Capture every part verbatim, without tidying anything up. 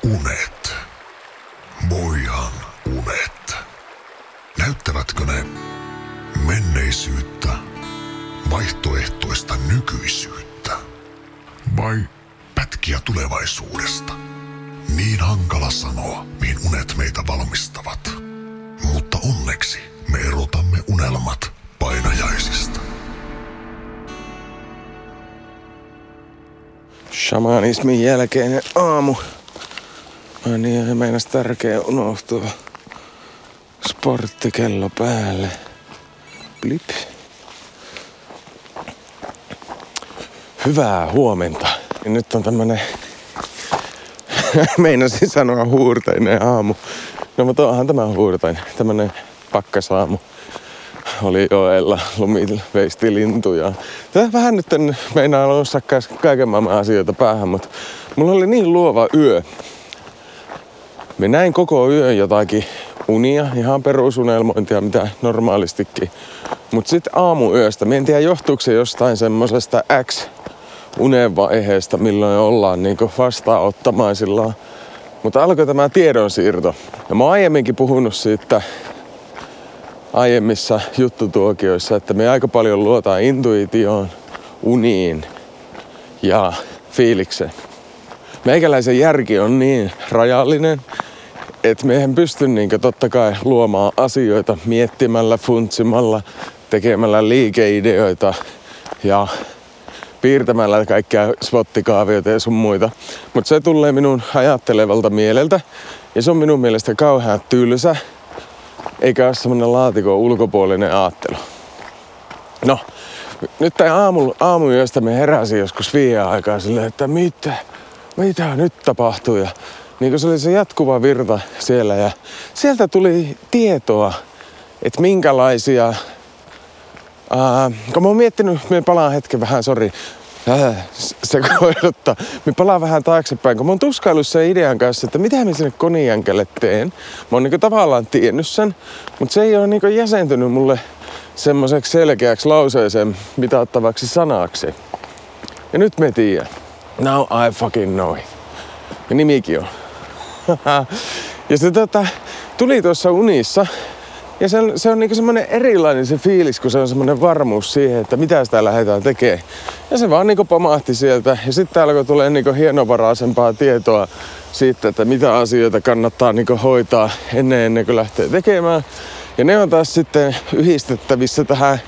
Unet. Voihan unet. Näyttävätkö ne menneisyyttä, vaihtoehtoista nykyisyyttä vai pätkiä tulevaisuudesta? Niin hankala sanoa, mihin unet meitä valmistavat. Mutta onneksi me erotamme unelmat painajaisista. Shamanismin jälkeinen aamu. Ai niin, meinas tärkeä unohtua. Sporttikello päälle. Blip. Hyvää huomenta. Ja nyt on tämmönen, meinasin sanoa huurteinen aamu. No mutta onhan tämä huurteinen. Tämmönen pakkasaamu. Oli joella, lumi veisti lintuja. Tätä vähän nyt en meinaa ostaa kaiken maailman asioita päähän, mutta mulla oli niin luova yö. Me näin koko yön jotakin unia, ihan perusunelmointia, mitä normaalistikin. Mut sit aamuyöstä, mä en tiedä johtuuko se jostain semmosesta X-unenvaiheesta, milloin ollaan niinku vastaanottamaisillaan. Mutta alkoi tämä tiedonsiirto. Ja mä oon aiemminkin puhunut siitä aiemmissa juttutuokioissa, että me aika paljon luotaan intuitioon, uniin ja fiilikseen. Meikäläisen järki on niin rajallinen, että me eihän pysty niin totta kai luomaan asioita miettimällä, funtsimalla, tekemällä liikeideoita ja piirtämällä kaikkia spottikaavioita ja sun muita. Mutta se tulee minun ajattelevalta mieleltä ja se on minun mielestä kauhean tylsä, eikä ole semmonen laatikon ulkopuolinen aattelu. No, nyt tämän aamu, aamuyöstä me heräsin joskus viiden aikaa silleen, että mitä, mitä nyt tapahtuu. Ja niin kuin se oli se jatkuva virta siellä ja sieltä tuli tietoa, että minkälaisia, ää, kun mä oon miettinyt, me palaan hetken vähän, sori, äh, se koiduttaa, me palaan vähän taaksepäin, kun mä oon tuskaillut sen idean kanssa, että mitä mä sinne Konijankelle teen. Mä oon niinku tavallaan tiennyt sen, mutta se ei ole niinku jäsentynyt mulle semmoiseksi selkeäksi lauseeseen mitattavaksi sanaksi. Ja nyt me tiedän. Now I fucking know it. Ja nimikin on. Ja se tota, tuli tuossa unissa. Ja se on, se on niinku semmonen erilainen se fiilis, kun se on semmonen varmuus siihen, että mitä sitä lähdetään tekemään. Ja se vaan niinku pomahti sieltä. Ja sitten alkoi tulee niinku hienovaraisempaa tietoa siitä, että mitä asioita kannattaa niinku hoitaa ennen ennen kuin lähtee tekemään. Ja ne on taas sitten yhdistettävissä tähän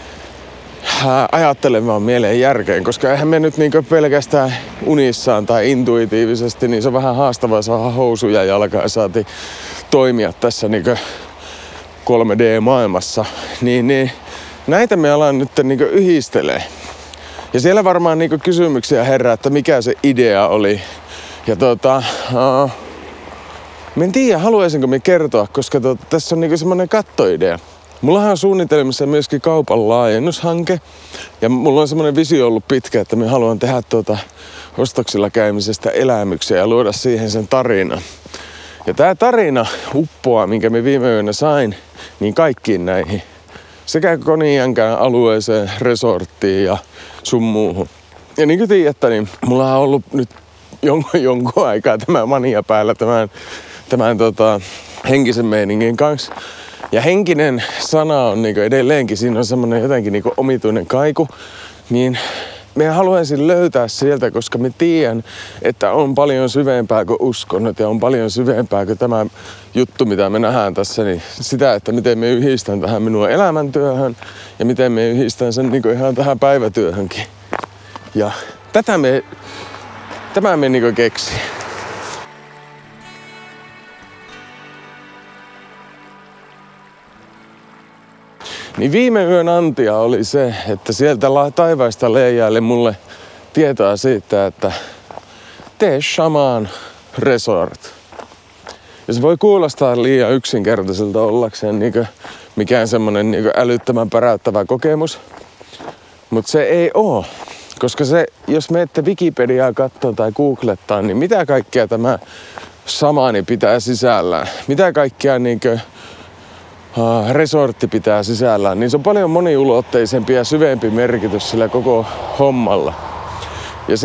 ajattelemaan mieleen järkeen, koska eihän me nyt niinku pelkästään unissaan tai intuitiivisesti, niin se on vähän haastavaa saada housuja jalkaan ja saati toimia tässä niinku kolme D-maailmassa. Niin, niin näitä me alan nyt niinku yhdistelee. Ja siellä varmaan niinku kysymyksiä herää, että mikä se idea oli. Ja tota, uh, mä en tiedä, haluaisinko me kertoa, koska tota, tässä on niinku semmonen kattoidea. Mullahan on suunnitelmissa myöskin kaupan laajennushanke. Ja mulla on semmonen visio ollut pitkä, että me haluan tehdä tuota ostoksilla käymisestä elämyksiä ja luoda siihen sen tarinan. Ja tää tarina uppoaa, minkä me viime yönä sain, niin kaikkiin näihin. Sekä Konijankan alueeseen, resorttiin ja sun muuhun. Ja niin kuin tiedätte, niin mulla on ollut nyt jonkun, jonkun aikaa tämä mania päällä tämän, tämän tota, henkisen meiningin kanssa. Ja henkinen sana on niinku edelleenkin, siinä on semmonen jotenkin niinku omituinen kaiku. Niin me haluaisin löytää sieltä, koska me tiedän, että on paljon syvempää kuin uskonnot ja on paljon syvempää kuin tämä juttu, mitä me nähdään tässä. Niin sitä, että miten me yhdistän tähän minun elämäntyöhön ja miten me yhdistän sen niin ihan tähän päivätyöhönkin. Ja tätä me, tämä me niin keksi. Niin viime yön antia oli se, että sieltä taivaista leijaille mulle tietoa siitä, että tee shaman resort. Ja se voi kuulostaa liian yksinkertaiselta ollakseen niin mikään semmonen niin älyttömän päräyttävä kokemus. Mutta se ei oo. Koska se, jos menette Wikipediaa kattoo tai googlettaa, niin mitä kaikkea tämä shamani pitää sisällään? Mitä kaikkea niinkö Uh, resortti pitää sisällään, niin se on paljon moniulotteisempi ja syvempi merkitys sillä koko hommalla. Ja se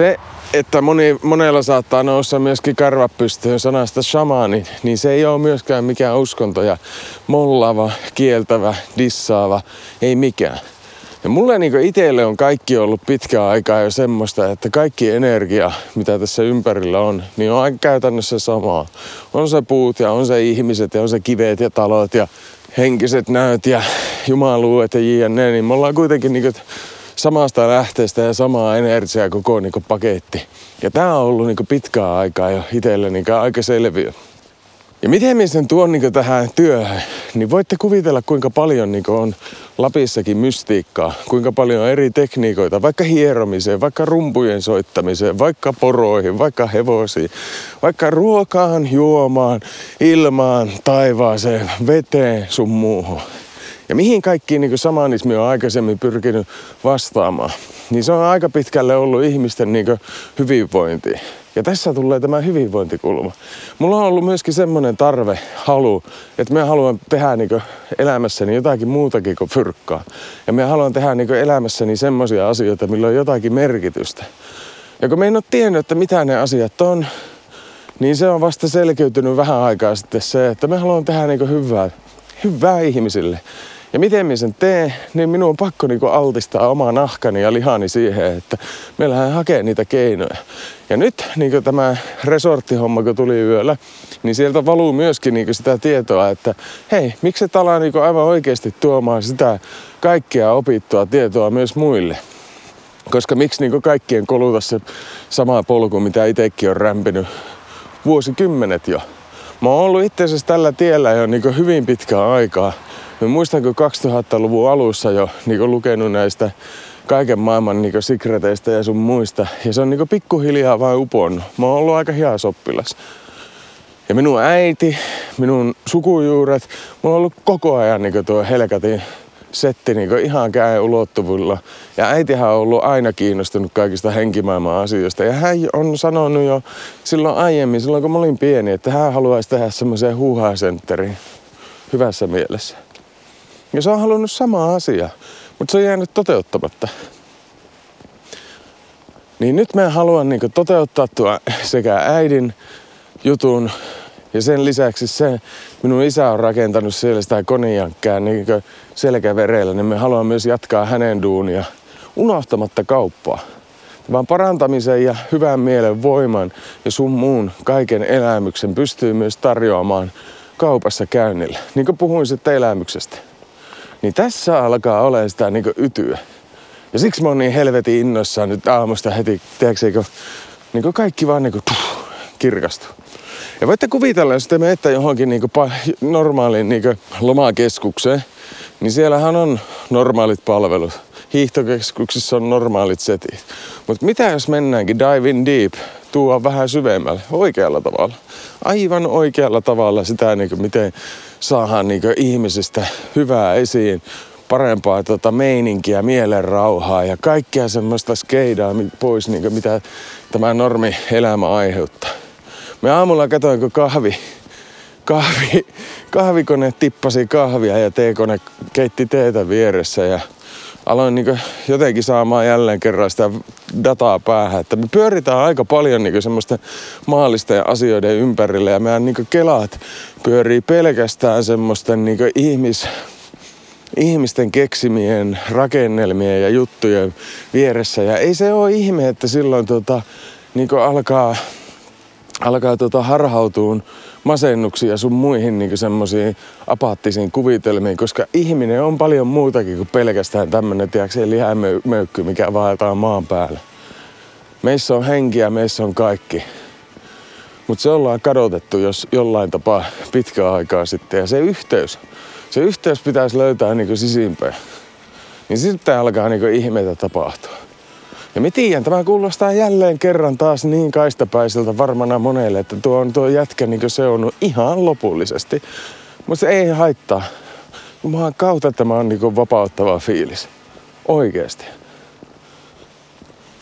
että moni, monella saattaa nousta myöskin karvat pystyyn sanasta shamaani, niin se ei ole myöskään mikään uskonto ja mollaava, kieltävä, dissaava, ei mikään. Ja mulle niin itselle on kaikki ollut pitkään aikaa jo semmoista, että kaikki energia, mitä tässä ympärillä on, niin on aika käytännössä samaa. On se puut ja on se ihmiset ja on se kivet ja talot ja henkiset näöt ja jumaluuet ja jne, niin me ollaan kuitenkin niin samasta lähteestä ja samaa energiaa koko niin paketti. Ja tää on ollut niin pitkään aikaa jo itselle niin aika selviö. Ja miten minä sen tuon niin tähän työhön, niin voitte kuvitella kuinka paljon niin on Lapissakin mystiikkaa, kuinka paljon on eri tekniikoita, vaikka hieromiseen, vaikka rumpujen soittamiseen, vaikka poroihin, vaikka hevosiin, vaikka ruokaan, juomaan, ilmaan, taivaaseen, veteen, sun muuhun. Ja mihin kaikkiin niin samanismi on aikaisemmin pyrkinyt vastaamaan, niin se on aika pitkälle ollut ihmisten niin hyvinvointiin. Ja tässä tulee tämä hyvinvointikulma. Mulla on ollut myöskin semmoinen tarve, halu, että mä haluan tehdä niin elämässäni jotakin muutakin kuin fyrkkaa. Ja mä haluan tehdä niin elämässäni semmoisia asioita, millä on jotakin merkitystä. Ja kun mä en ole tiennyt, että mitä ne asiat on, niin se on vasta selkeytynyt vähän aikaa sitten se, että mä haluan tehdä niin hyvää, hyvää ihmisille. Ja miten minä sen teen, niin minun on pakko niinku altistaa omaa nahkani ja lihani siihen, että me lähdetään hakemaan niitä keinoja. Ja nyt niinku tämä resorttihomma, kun tuli yöllä, niin sieltä valuu myöskin niinku sitä tietoa, että hei, miksi et ala niinku aivan oikeasti tuomaan sitä kaikkea opittua tietoa myös muille. Koska miksi niinku kaikkien koluta se sama polku, mitä itsekin on rämpinyt vuosikymmenet jo. Mä oon ollut itse asiassa tällä tiellä jo niinku hyvin pitkään aikaa. Mä muistan, kun kaksituhattaluvun alussa jo niin lukenut näistä kaiken maailman niin sikreteistä ja sun muista. Ja se on niin pikkuhiljaa vain uponnut. Mä oon ollut aika hias oppilas. Ja minun äiti, minun sukujuuret, mulla on ollut koko ajan niin tuo Helkatin setti niin ihan käen ulottuvilla. Ja äitihän on ollut aina kiinnostunut kaikista henkimaailman asioista. Ja hän on sanonut jo silloin aiemmin, silloin kun mä olin pieni, että hän haluaisi tehdä semmoisen huuhaa-sentterin hyvässä mielessä. Ja se on halunnut sama asia, mutta se on jäänyt toteuttamatta. Niin nyt mä haluan niinku toteuttaa tuo sekä äidin jutun ja sen lisäksi se, minun isä on rakentanut siellä sitä konijankkää niinku selkäverellä, niin me haluan myös jatkaa hänen duunia unohtamatta kauppaa. Vaan parantamisen ja hyvän mielen voiman ja sun muun kaiken elämyksen pystyy myös tarjoamaan kaupassa käynnillä. Niin kuin puhuin sitten elämyksestä. Niin tässä alkaa olemaan sitä niin ytyä. Ja siksi mä oon niin helvetin innoissaan nyt aamusta heti, tiedätkö, niin kaikki vaan niin puh, kirkastuu. Ja voitte kuvitella, jos te menette johonkin niin normaaliin niin lomakeskukseen, niin siellähän on normaalit palvelut. Hiihtokeskuksissa on normaalit setit. Mutta mitä jos mennäänkin dive in deep, tuo vähän syvemmälle, oikealla tavalla. Aivan oikealla tavalla sitä, niin kuin miten saadaan niin kuin ihmisistä hyvää esiin, parempaa tota, meininkiä, mielenrauhaa ja kaikkea semmoista skeidaa pois, niin kuin mitä tämä normielämä aiheuttaa. Me aamulla katsoin, kun kahvi, kahvi, kahvikone tippasi kahvia ja teekone keitti teetä vieressä ja aloin niin jotenkin saamaan jälleen kerran sitä dataa päähän, että me pyöritään aika paljon niin semmoisten maallisten asioiden ympärillä ja meidän niin kelaat pyörii pelkästään semmoisten niin ihmis, ihmisten keksimien rakennelmien ja juttujen vieressä. Ja ei se ole ihme, että silloin tota, niin alkaa, alkaa tota harhautuun masennuksiin ja sun muihin niin semmoisiin apaattisiin kuvitelmiin, koska ihminen on paljon muutakin kuin pelkästään tämmönen, tiedätkö, lihämöykky, mikä vaeltaa maan päällä. Meissä on henkiä, meissä on kaikki. Mutta se ollaan kadotettu jos jollain tapaa pitkään aikaa sitten. Ja se yhteys, se yhteys pitäisi löytää niin sisimpään. Niin sitten alkaa niin ihmeitä tapahtua. Ja mä tiedän, tämä kuulostaa jälleen kerran taas niin kaistapäiseltä varmana monelle, että tuo on tuo jätkä niin seonnut ihan lopullisesti. Mutta se ei haittaa. Jumalan kautta tämä on niin vapauttava fiilis. Oikeesti.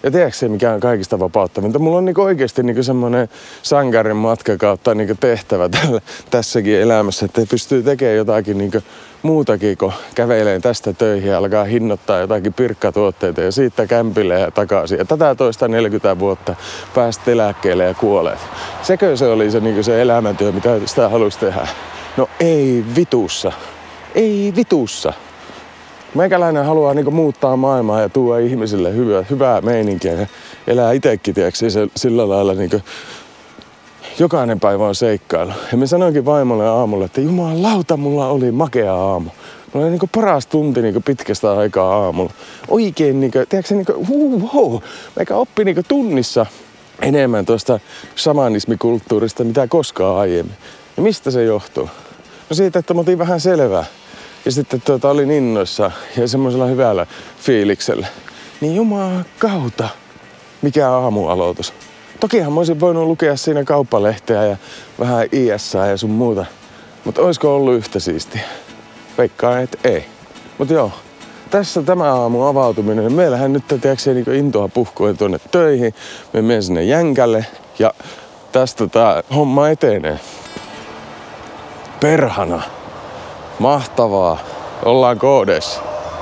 Ja tiedätkö se, mikä on kaikista vapauttavinta? Mulla on niinku oikeasti niinku semmoinen sankarin matka kautta niinku tehtävä tällä, tässäkin elämässä, että pystyy tekemään jotakin niinku muutakin kuin käveleen tästä töihin ja alkaa hinnoittaa jotakin pirkkatuotteita ja siitä kämpille ja takaisin. Ja tätä toista neljäkymmentä vuotta päästä eläkkeelle ja kuolet. Sekö se oli se, niinku se elämäntyö, mitä sitä halusi tehdä? No ei vitussa. Ei vitussa. Meikäläinen haluaa niinku muuttaa maailmaa ja tuoda ihmisille hyvää, hyvää meininkiä ja elää itsekin, tiedätkö, sillä lailla niinku jokainen päivä on seikkailu. Ja mä sanoinkin vaimolle aamulla, että jumalauta, mulla oli makea aamu. Mulla oli niinku paras tunti niinku pitkästä aikaa aamulla. Oikein niinku, tiedätkö niinku, huu, huu. Meikä oppi niinku tunnissa enemmän tuosta shamanismikulttuurista, mitä koskaan aiemmin. Ja mistä se johtuu? No siitä, että mä otin vähän selvää. Ja sitten tuota, olin innoissa ja semmoisella hyvällä fiiliksellä. Niin jumakauta, mikä aamualoitus. Tokihan mä olisin voinut lukea siinä kauppalehteä ja vähän I S A ja sun muuta. Mutta olisiko ollut yhtä siistiä? Veikkaan, että ei. Mutta joo, tässä tämä aamu avautuminen. Meillähän nyt tiedätkö, niin intoa puhkoin tuonne töihin. Me menen sinne jänkälle ja tästä tää homma etenee. Perhana. Mahtavaa. Ollaan koodeissa.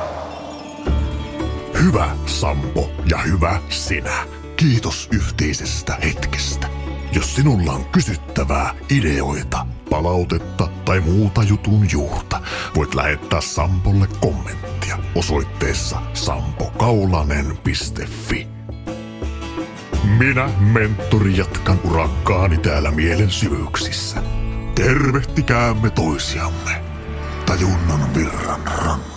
Hyvä Sampo ja hyvä sinä. Kiitos yhteisestä hetkestä. Jos sinulla on kysyttävää, ideoita, palautetta tai muuta jutun juurta, voit lähettää Sampolle kommenttia osoitteessa sampo kaulanen piste fi. Minä, mentori, jatkan urakkaani täällä mielen syvyyksissä. Tervehtikäämme toisiamme tajunnan virran rannalla.